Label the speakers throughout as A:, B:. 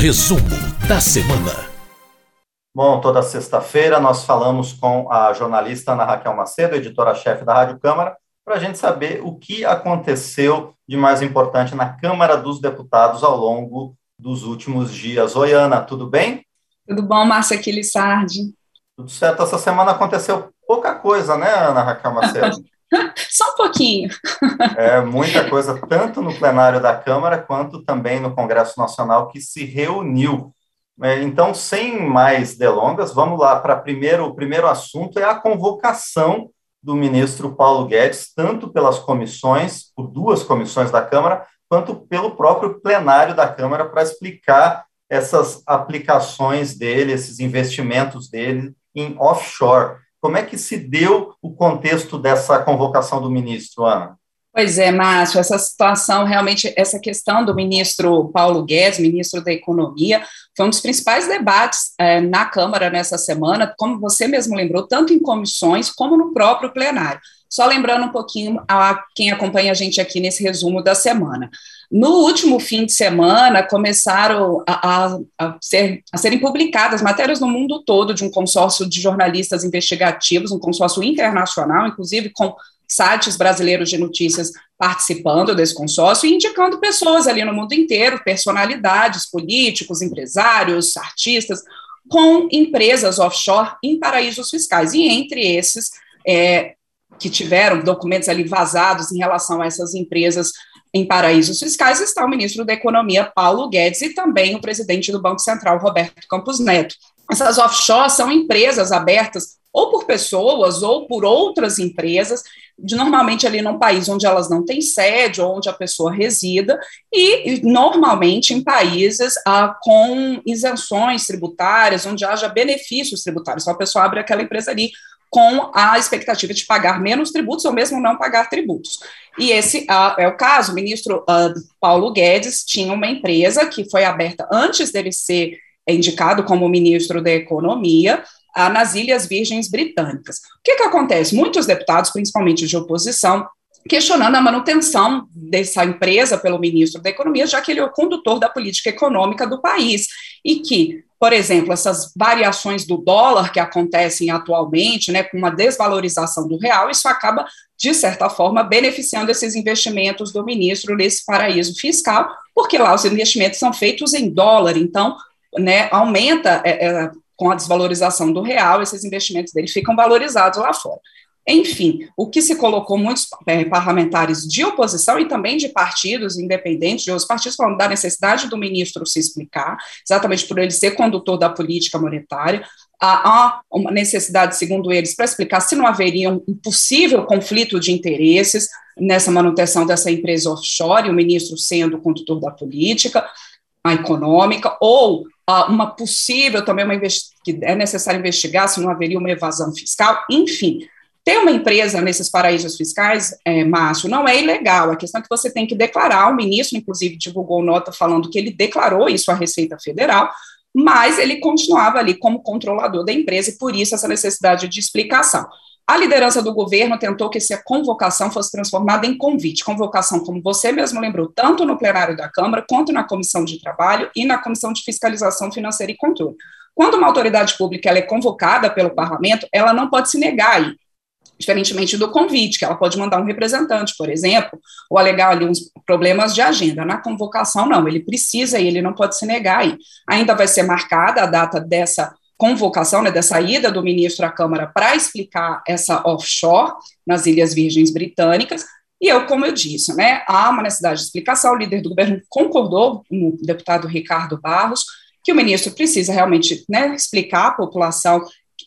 A: Resumo da semana.
B: Bom, toda sexta-feira nós falamos com a jornalista Ana Raquel Macedo, editora-chefe da Rádio Câmara, para a gente saber o que aconteceu de mais importante na Câmara dos Deputados ao longo dos últimos dias. Oi, Ana, tudo bem?
C: Tudo bom, Márcia Aquilissardi?
B: Tudo certo. Essa semana aconteceu pouca coisa, né, Ana Raquel Macedo?
C: Só um pouquinho.
B: Muita coisa, tanto no plenário da Câmara, quanto também no Congresso Nacional, que se reuniu. Então, sem mais delongas, vamos lá para o primeiro assunto, é a convocação do ministro Paulo Guedes, tanto pelas comissões, por duas comissões da Câmara, quanto pelo próprio plenário da Câmara, para explicar essas aplicações dele, esses investimentos dele em offshore. Como é que se deu o contexto dessa convocação do ministro, Ana?
C: Pois é, Márcio, essa situação, realmente, essa questão do ministro Paulo Guedes, ministro da Economia, foi um dos principais debates na Câmara nessa semana, como você mesmo lembrou, tanto em comissões como no próprio plenário. Só lembrando um pouquinho a quem acompanha a gente aqui nesse resumo da semana. No último fim de semana, começaram a serem publicadas matérias no mundo todo de um consórcio de jornalistas investigativos, um consórcio internacional, inclusive com sites brasileiros de notícias participando desse consórcio e indicando pessoas ali no mundo inteiro, personalidades, políticos, empresários, artistas, com empresas offshore em paraísos fiscais. E entre esses que tiveram documentos ali vazados em relação a essas empresas em paraísos fiscais, está o ministro da Economia, Paulo Guedes, e também o presidente do Banco Central, Roberto Campos Neto. Essas offshore são empresas abertas ou por pessoas ou por outras empresas, normalmente ali num país onde elas não têm sede, ou onde a pessoa resida, e normalmente em países com isenções tributárias, onde haja benefícios tributários. Então a pessoa abre aquela empresa ali com a expectativa de pagar menos tributos ou mesmo não pagar tributos. E esse é o caso. O ministro Paulo Guedes tinha uma empresa que foi aberta antes dele ser indicado como ministro da Economia, nas Ilhas Virgens Britânicas. O que acontece? Muitos deputados, principalmente de oposição, questionando a manutenção dessa empresa pelo ministro da Economia, já que ele é o condutor da política econômica do país, e que, por exemplo, essas variações do dólar que acontecem atualmente, né, com uma desvalorização do real, isso acaba, de certa forma, beneficiando esses investimentos do ministro nesse paraíso fiscal, porque lá os investimentos são feitos em dólar, então, né, aumenta com a desvalorização do real, esses investimentos dele ficam valorizados lá fora. Enfim, o que se colocou muitos parlamentares de oposição e também de partidos independentes, de outros partidos, falando da necessidade do ministro se explicar, exatamente por ele ser condutor da política monetária, há uma necessidade, segundo eles, para explicar se não haveria um possível conflito de interesses nessa manutenção dessa empresa offshore, o ministro sendo o condutor da política econômica, ou uma possível também, que é necessário investigar se não haveria uma evasão fiscal, enfim. Ter uma empresa nesses paraísos fiscais, Márcio, não é ilegal, a questão é que você tem que declarar, o ministro, inclusive, divulgou nota falando que ele declarou isso à Receita Federal, mas ele continuava ali como controlador da empresa e por isso essa necessidade de explicação. A liderança do governo tentou que essa convocação fosse transformada em convite, convocação, como você mesmo lembrou, tanto no plenário da Câmara, quanto na Comissão de Trabalho e na Comissão de Fiscalização Financeira e Controle. Quando uma autoridade pública ela é convocada pelo parlamento, ela não pode se negar aí, diferentemente do convite, que ela pode mandar um representante, por exemplo, ou alegar ali uns problemas de agenda. Na convocação, não, ele precisa e ele não pode se negar aí. Ainda vai ser marcada a data dessa convocação, né, dessa ida do ministro à Câmara para explicar essa offshore nas Ilhas Virgens Britânicas, e como eu disse, né, há uma necessidade de explicação, o líder do governo concordou, o deputado Ricardo Barros, que o ministro precisa realmente, né, explicar à população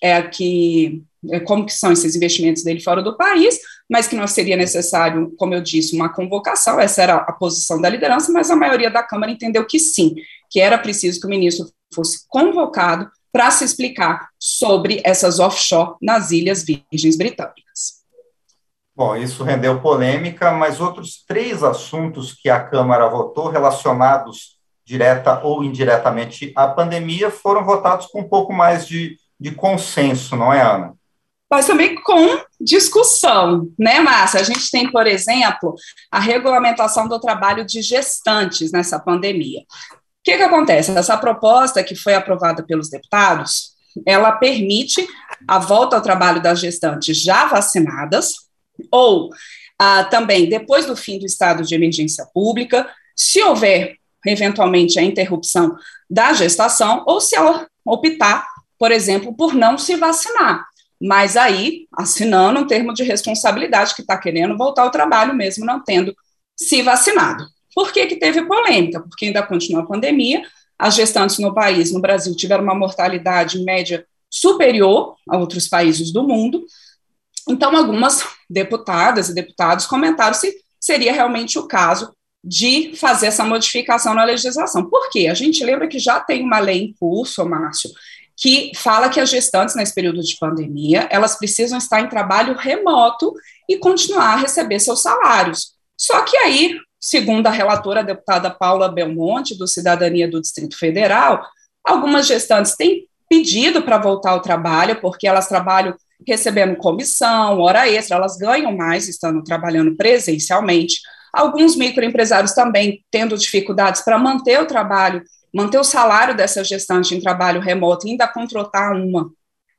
C: como que são esses investimentos dele fora do país, mas que não seria necessário, como eu disse, uma convocação, essa era a posição da liderança, mas a maioria da Câmara entendeu que sim, que era preciso que o ministro fosse convocado para se explicar sobre essas offshore nas Ilhas Virgens Britânicas.
B: Bom, isso rendeu polêmica, mas outros 3 assuntos que a Câmara votou relacionados direta ou indiretamente à pandemia foram votados com um pouco mais de consenso, não é, Ana?
C: Mas também com discussão, né, Márcia? A gente tem, por exemplo, a regulamentação do trabalho de gestantes nessa pandemia. que acontece? Essa proposta que foi aprovada pelos deputados, ela permite a volta ao trabalho das gestantes já vacinadas, ou também depois do fim do estado de emergência pública, se houver, eventualmente, a interrupção da gestação, ou se ela optar, por exemplo, por não se vacinar, mas aí assinando um termo de responsabilidade que está querendo voltar ao trabalho mesmo não tendo se vacinado. Por que teve polêmica? Porque ainda continua a pandemia, as gestantes no país, no Brasil, tiveram uma mortalidade média superior a outros países do mundo. Então, algumas deputadas e deputados comentaram se seria realmente o caso de fazer essa modificação na legislação. Por quê? A gente lembra que já tem uma lei em curso, Márcio, que fala que as gestantes, nesse período de pandemia, elas precisam estar em trabalho remoto e continuar a receber seus salários. Só que aí, segundo a relatora, a deputada Paula Belmonte, do Cidadania do Distrito Federal, algumas gestantes têm pedido para voltar ao trabalho, porque elas trabalham recebendo comissão, hora extra, elas ganham mais estando trabalhando presencialmente. Alguns microempresários também tendo dificuldades para manter o trabalho, manter o salário dessa gestante em trabalho remoto, ainda contratar uma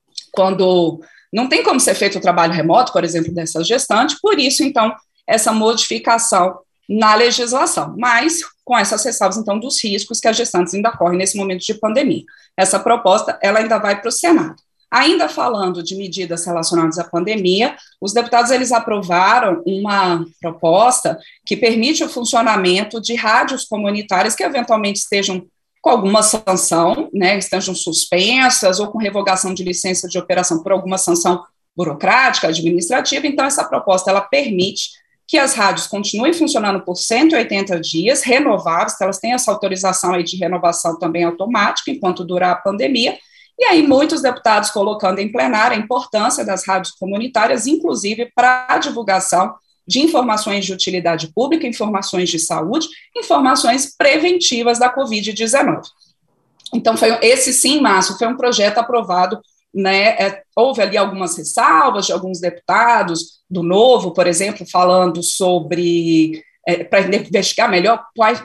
C: quando não tem como ser feito o trabalho remoto, por exemplo, dessa gestante, por isso, então, essa modificação na legislação, mas com essas ressalvas, então, dos riscos que as gestantes ainda correm nesse momento de pandemia. Essa proposta, ela ainda vai para o Senado. Ainda falando de medidas relacionadas à pandemia, os deputados, eles aprovaram uma proposta que permite o funcionamento de rádios comunitárias que eventualmente estejam com alguma sanção, né, estejam suspensas ou com revogação de licença de operação por alguma sanção burocrática, administrativa. Então, essa proposta, ela permite que as rádios continuem funcionando por 180 dias, renováveis, que elas têm essa autorização aí de renovação também automática, enquanto durar a pandemia. E aí, muitos deputados colocando em plenário a importância das rádios comunitárias, inclusive para a divulgação de informações de utilidade pública, informações de saúde, informações preventivas da Covid-19. Então, esse sim, Márcio, foi um projeto aprovado, né, houve ali algumas ressalvas de alguns deputados, do Novo, por exemplo, falando sobre, para investigar melhor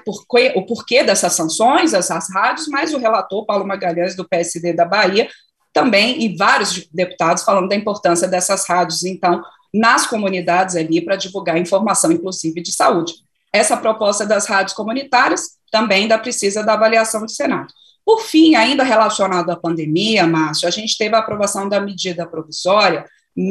C: o porquê dessas sanções, essas rádios, mas o relator, Paulo Magalhães, do PSD da Bahia, também, e vários deputados falando da importância dessas rádios, então, nas comunidades ali, para divulgar informação, inclusive, de saúde. Essa proposta das rádios comunitárias também ainda precisa da avaliação do Senado. Por fim, ainda relacionado à pandemia, Márcio, a gente teve a aprovação da medida provisória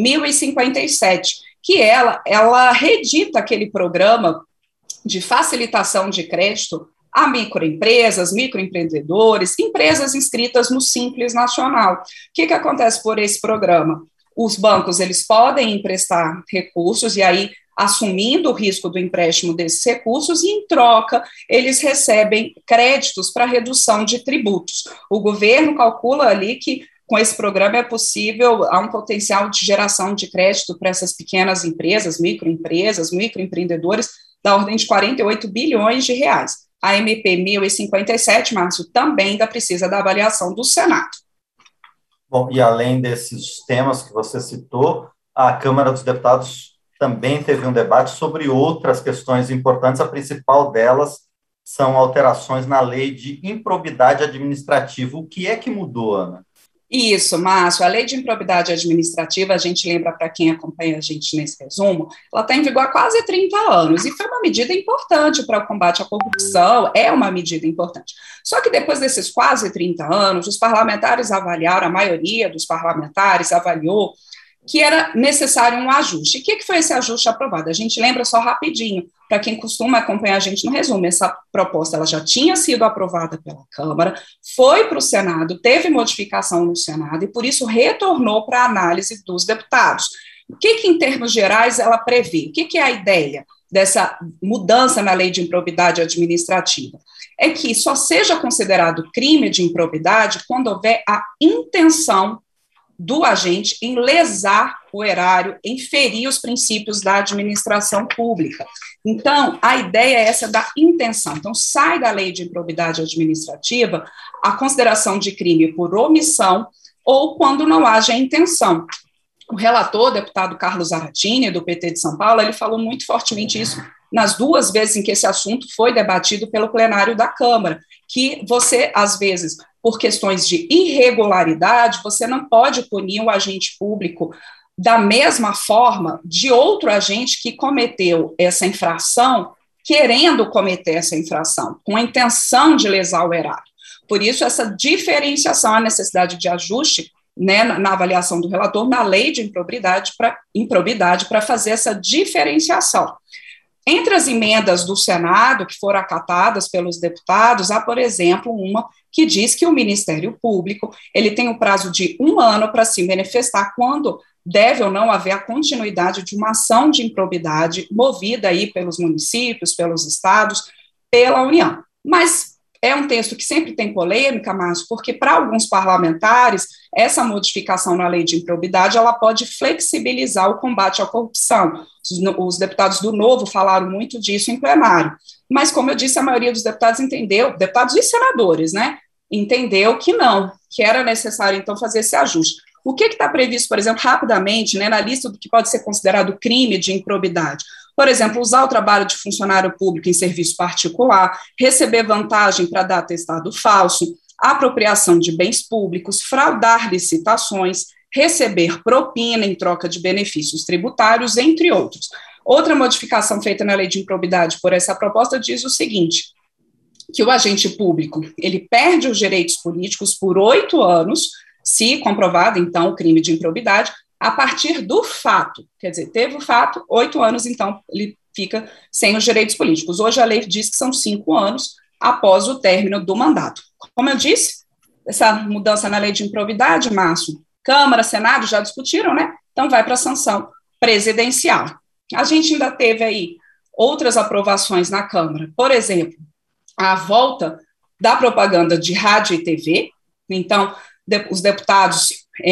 C: 1057, que ela redita aquele programa de facilitação de crédito a microempresas, microempreendedores, empresas inscritas no Simples Nacional. O que acontece por esse programa? Os bancos, eles podem emprestar recursos, e aí, assumindo o risco do empréstimo desses recursos, e em troca, eles recebem créditos para redução de tributos. O governo calcula ali que, com esse programa, é possível, há um potencial de geração de crédito para essas pequenas empresas, microempreendedores, da ordem de 48 bilhões de reais. A MP 1057, Márcio, também ainda precisa da avaliação do Senado.
B: Bom, e além desses temas que você citou, a Câmara dos Deputados também teve um debate sobre outras questões importantes. A principal delas são alterações na lei de improbidade administrativa. O que é que mudou, Ana?
C: Isso, Márcio, a lei de improbidade administrativa, a gente lembra, para quem acompanha a gente nesse resumo, ela está em vigor há quase 30 anos, e foi uma medida importante para o combate à corrupção, é uma medida importante. Só que depois desses quase 30 anos, os parlamentares avaliaram, a maioria dos parlamentares avaliou que era necessário um ajuste. O que foi esse ajuste aprovado? A gente lembra só rapidinho, para quem costuma acompanhar a gente no resumo, essa proposta ela já tinha sido aprovada pela Câmara, foi para o Senado, teve modificação no Senado, e por isso retornou para a análise dos deputados. O que em termos gerais, ela prevê? O que é a ideia dessa mudança na lei de improbidade administrativa? É que só seja considerado crime de improbidade quando houver a intenção do agente em lesar o erário, em ferir os princípios da administração pública. Então, a ideia é essa da intenção. Então, sai da lei de improbidade administrativa a consideração de crime por omissão ou quando não haja intenção. O relator, deputado Carlos Zaratini, do PT de São Paulo, ele falou muito fortemente isso nas 2 vezes em que esse assunto foi debatido pelo plenário da Câmara, que você, às vezes, por questões de irregularidade, você não pode punir o agente público da mesma forma de outro agente que cometeu essa infração, querendo cometer essa infração, com a intenção de lesar o erário. Por isso, essa diferenciação, a necessidade de ajuste, né, na avaliação do relator, na lei de improbidade para fazer essa diferenciação. Entre as emendas do Senado, que foram acatadas pelos deputados, há, por exemplo, uma que diz que o Ministério Público ele tem um prazo de 1 ano para se manifestar quando deve ou não haver a continuidade de uma ação de improbidade movida aí pelos municípios, pelos estados, pela União. Mas é um texto que sempre tem polêmica, Márcio, porque para alguns parlamentares, essa modificação na lei de improbidade, ela pode flexibilizar o combate à corrupção. Os deputados do Novo falaram muito disso em plenário. Mas, como eu disse, a maioria dos deputados entendeu, deputados e senadores, né, entendeu que não, que era necessário, então, fazer esse ajuste. O que está previsto, por exemplo, rapidamente, né, na lista do que pode ser considerado crime de improbidade? Por exemplo, usar o trabalho de funcionário público em serviço particular, receber vantagem para dar atestado falso, apropriação de bens públicos, fraudar licitações, receber propina em troca de benefícios tributários, entre outros. Outra modificação feita na lei de improbidade por essa proposta diz o seguinte, que o agente público, ele perde os direitos políticos por 8 anos, se comprovado, então, o crime de improbidade, a partir do fato, quer dizer, teve o fato, 8 anos, então, ele fica sem os direitos políticos. Hoje a lei diz que são 5 anos após o término do mandato. Como eu disse, essa mudança na lei de improbidade, Márcio, Câmara, Senado já discutiram, né? Então vai para a sanção presidencial. A gente ainda teve aí outras aprovações na Câmara, por exemplo, a volta da propaganda de rádio e TV. Então, os deputados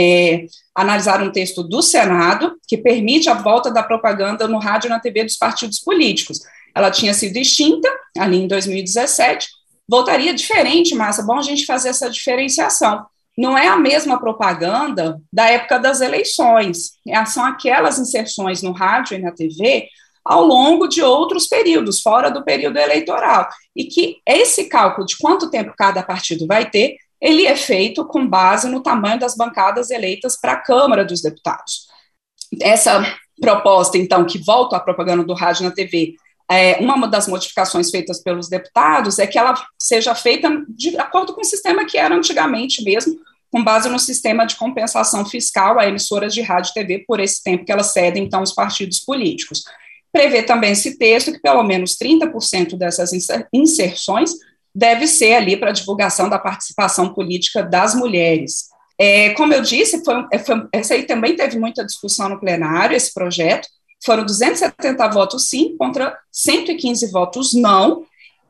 C: analisaram um texto do Senado que permite a volta da propaganda no rádio e na TV dos partidos políticos. Ela tinha sido extinta ali em 2017, voltaria diferente, Márcia, bom a gente fazer essa diferenciação. Não é a mesma propaganda da época das eleições, são aquelas inserções no rádio e na TV ao longo de outros períodos, fora do período eleitoral, e que esse cálculo de quanto tempo cada partido vai ter, ele é feito com base no tamanho das bancadas eleitas para a Câmara dos Deputados. Essa proposta, então, que volta à propaganda do rádio e na TV, uma das modificações feitas pelos deputados é que ela seja feita de acordo com o sistema que era antigamente mesmo, com base no sistema de compensação fiscal a emissoras de rádio e TV por esse tempo que elas cedem, então, aos partidos políticos. Prevê também esse texto que pelo menos 30% dessas inserções deve ser ali para divulgação da participação política das mulheres. Como eu disse, essa aí também teve muita discussão no plenário, esse projeto, foram 270 votos sim, contra 115 votos não,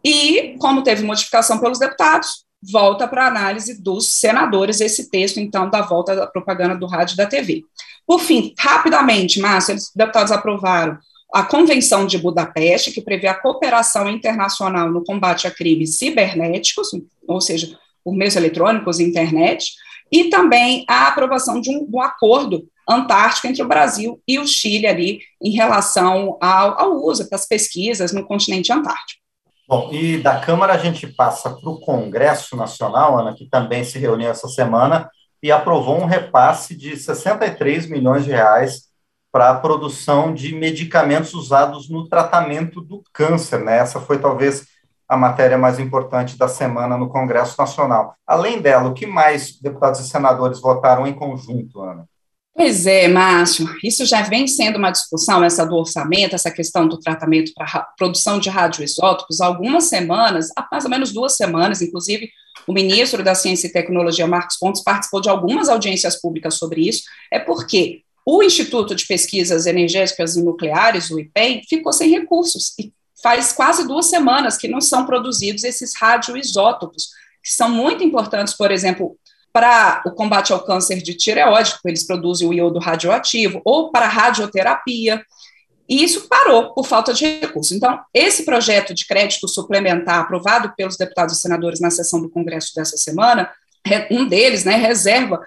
C: e como teve modificação pelos deputados, volta para análise dos senadores esse texto, então, da volta da propaganda do rádio e da TV. Por fim, rapidamente, Márcio, os deputados aprovaram a Convenção de Budapeste, que prevê a cooperação internacional no combate a crimes cibernéticos, ou seja, por meios eletrônicos e internet, e também a aprovação de um acordo antártico entre o Brasil e o Chile ali em relação ao uso das pesquisas no continente antártico.
B: Bom, e da Câmara a gente passa para o Congresso Nacional, Ana, que também se reuniu essa semana e aprovou um repasse de 63 milhões de reais para a produção de medicamentos usados no tratamento do câncer, né? Essa foi talvez a matéria mais importante da semana no Congresso Nacional. Além dela, o que mais deputados e senadores votaram em conjunto, Ana?
C: Pois é, Márcio, isso já vem sendo uma discussão, essa do orçamento, essa questão do tratamento para produção de radioisótopos, há algumas semanas, há mais ou menos 2 semanas, inclusive o ministro da Ciência e Tecnologia, Marcos Pontes, participou de algumas audiências públicas sobre isso, porque o Instituto de Pesquisas Energéticas e Nucleares, o IPEN, ficou sem recursos, e faz quase 2 semanas que não são produzidos esses radioisótopos, que são muito importantes, por exemplo, para o combate ao câncer de tireoide, eles produzem o iodo radioativo, ou para a radioterapia, e isso parou por falta de recursos. Então, esse projeto de crédito suplementar aprovado pelos deputados e senadores na sessão do Congresso dessa semana um deles, né, reserva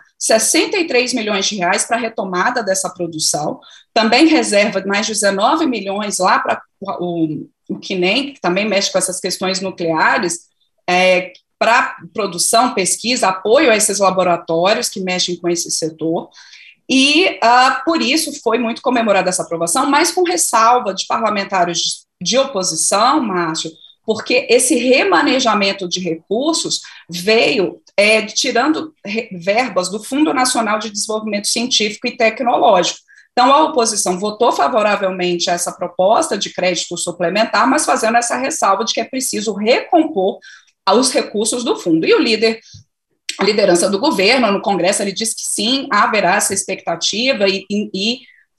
C: 63 milhões de reais para a retomada dessa produção, também reserva mais de 19 milhões lá para o CNEM, que também mexe com essas questões nucleares, para produção, pesquisa, apoio a esses laboratórios que mexem com esse setor, e por isso foi muito comemorada essa aprovação, mas com ressalva de parlamentares de oposição, Márcio, porque esse remanejamento de recursos veio tirando verbas do Fundo Nacional de Desenvolvimento Científico e Tecnológico. Então, a oposição votou favoravelmente a essa proposta de crédito suplementar, mas fazendo essa ressalva de que é preciso recompor os recursos do fundo. E a liderança do governo no Congresso, ele diz que sim, haverá essa expectativa e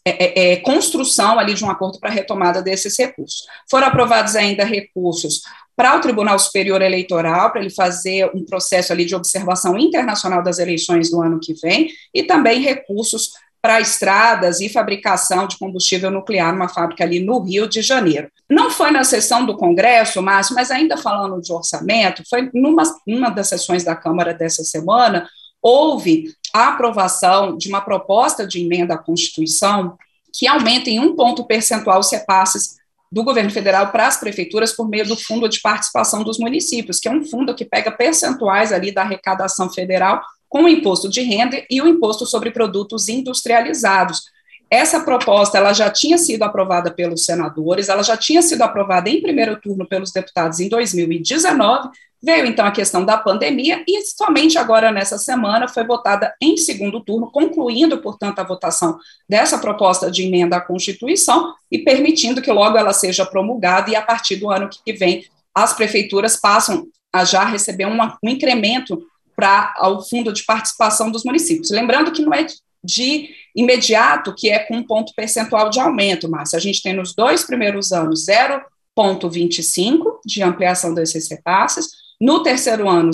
C: construção ali de um acordo para a retomada desses recursos. Foram aprovados ainda recursos para o Tribunal Superior Eleitoral, para ele fazer um processo ali de observação internacional das eleições do ano que vem, e também recursos para estradas e fabricação de combustível nuclear numa fábrica ali no Rio de Janeiro. Não foi na sessão do Congresso, Márcio, mas ainda falando de orçamento, foi numa das sessões da Câmara dessa semana, houve a aprovação de uma proposta de emenda à Constituição que aumenta em 1 ponto percentual os repasses do governo federal para as prefeituras por meio do Fundo de Participação dos Municípios, que é um fundo que pega percentuais ali da arrecadação federal com o imposto de renda e o imposto sobre produtos industrializados. Essa proposta ela já tinha sido aprovada pelos senadores, ela já tinha sido aprovada em primeiro turno pelos deputados em 2019, veio então a questão da pandemia e somente agora nessa semana foi votada em segundo turno, concluindo, portanto, a votação dessa proposta de emenda à Constituição e permitindo que logo ela seja promulgada e a partir do ano que vem as prefeituras passam a já receber um incremento para o fundo de participação dos municípios. Lembrando que não é de imediato que é com 1 ponto percentual de aumento, Márcia. A gente tem nos 2 primeiros anos 0,25 de ampliação desses repasses, no terceiro ano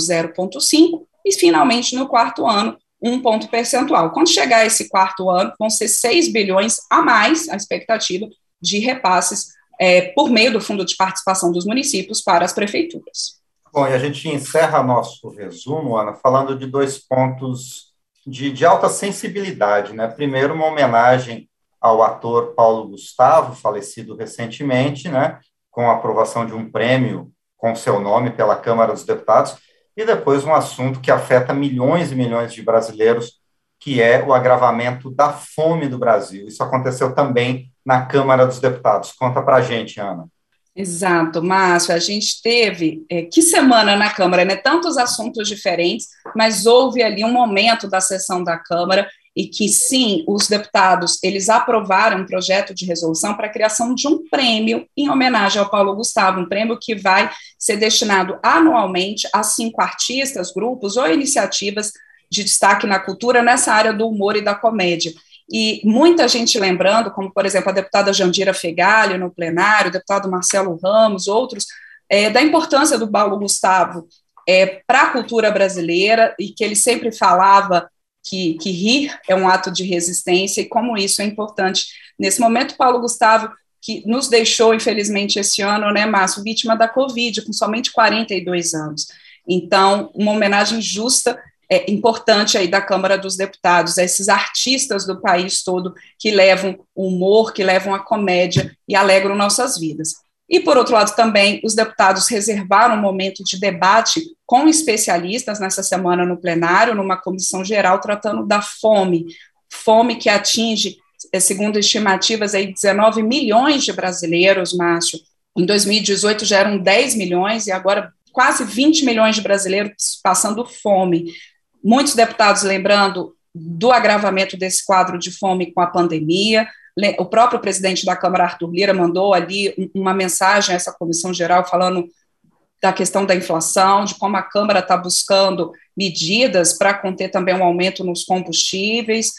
C: 0,5 e finalmente no quarto ano 1 ponto percentual. Quando chegar a esse quarto ano, vão ser 6 bilhões a mais a expectativa de repasses por meio do fundo de participação dos municípios para as prefeituras.
B: Bom, e a gente encerra nosso resumo, Ana, falando de 2 pontos de alta sensibilidade, né? Primeiro, uma homenagem ao ator Paulo Gustavo, falecido recentemente, né? Com a aprovação de um prêmio com seu nome pela Câmara dos Deputados, e depois um assunto que afeta milhões e milhões de brasileiros, que é o agravamento da fome do Brasil. Isso aconteceu também na Câmara dos Deputados. Conta para a gente, Ana.
C: Exato, Márcio, a gente teve, que semana na Câmara, né, tantos assuntos diferentes, mas houve ali um momento da sessão da Câmara e que, sim, os deputados, eles aprovaram um projeto de resolução para a criação de um prêmio em homenagem ao Paulo Gustavo, um prêmio que vai ser destinado anualmente a 5 artistas, grupos ou iniciativas de destaque na cultura nessa área do humor e da comédia. E muita gente lembrando, como, por exemplo, a deputada Jandira Fegali no plenário, o deputado Marcelo Ramos, outros, da importância do Paulo Gustavo para a cultura brasileira, e que ele sempre falava que rir é um ato de resistência, e como isso é importante. Nesse momento, Paulo Gustavo, que nos deixou, infelizmente, esse ano, né, Márcio, vítima da Covid, com somente 42 anos. Então, uma homenagem justa, importante aí da Câmara dos Deputados, a esses artistas do país todo que levam o humor, que levam a comédia e alegram nossas vidas. E, por outro lado, também os deputados reservaram um momento de debate com especialistas nessa semana no plenário, numa comissão geral, tratando da fome que atinge, segundo estimativas, aí 19 milhões de brasileiros, Márcio. Em 2018 já eram 10 milhões e agora quase 20 milhões de brasileiros passando fome. Muitos deputados lembrando do agravamento desse quadro de fome com a pandemia. O próprio presidente da Câmara, Arthur Lira, mandou ali uma mensagem a essa comissão geral falando da questão da inflação, de como a Câmara está buscando medidas para conter também um aumento nos combustíveis,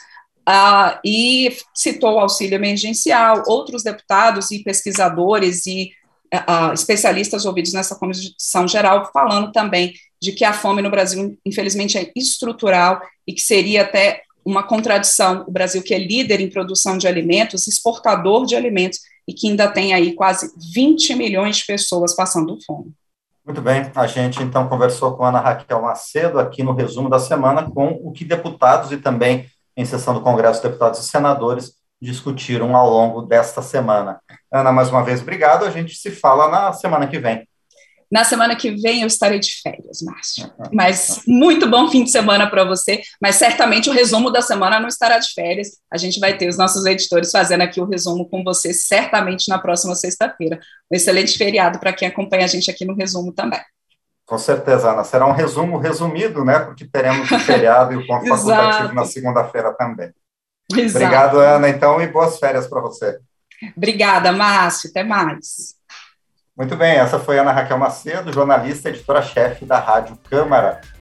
C: e citou o auxílio emergencial. Outros deputados e pesquisadores e especialistas ouvidos nessa comissão geral falando também de que a fome no Brasil, infelizmente, é estrutural e que seria até uma contradição, o Brasil que é líder em produção de alimentos, exportador de alimentos, e que ainda tem aí quase 20 milhões de pessoas passando fome.
B: Muito bem, a gente então conversou com a Ana Raquel Macedo aqui no resumo da semana com o que deputados e também em sessão do Congresso, deputados e senadores discutiram ao longo desta semana. Ana, mais uma vez, obrigado, a gente se fala na semana que vem.
C: Na semana que vem eu estarei de férias, Márcio. Mas muito bom fim de semana para você, mas certamente o resumo da semana não estará de férias. A gente vai ter os nossos editores fazendo aqui o resumo com você, certamente na próxima sexta-feira. Um excelente feriado para quem acompanha a gente aqui no resumo também.
B: Com certeza, Ana. Será um resumo resumido, né? Porque teremos o feriado e o ponto facultativo na segunda-feira também. Exato. Obrigado, Ana, então, e boas férias para você.
C: Obrigada, Márcio. Até mais.
B: Muito bem, essa foi a Ana Raquel Macedo, jornalista, editora-chefe da Rádio Câmara.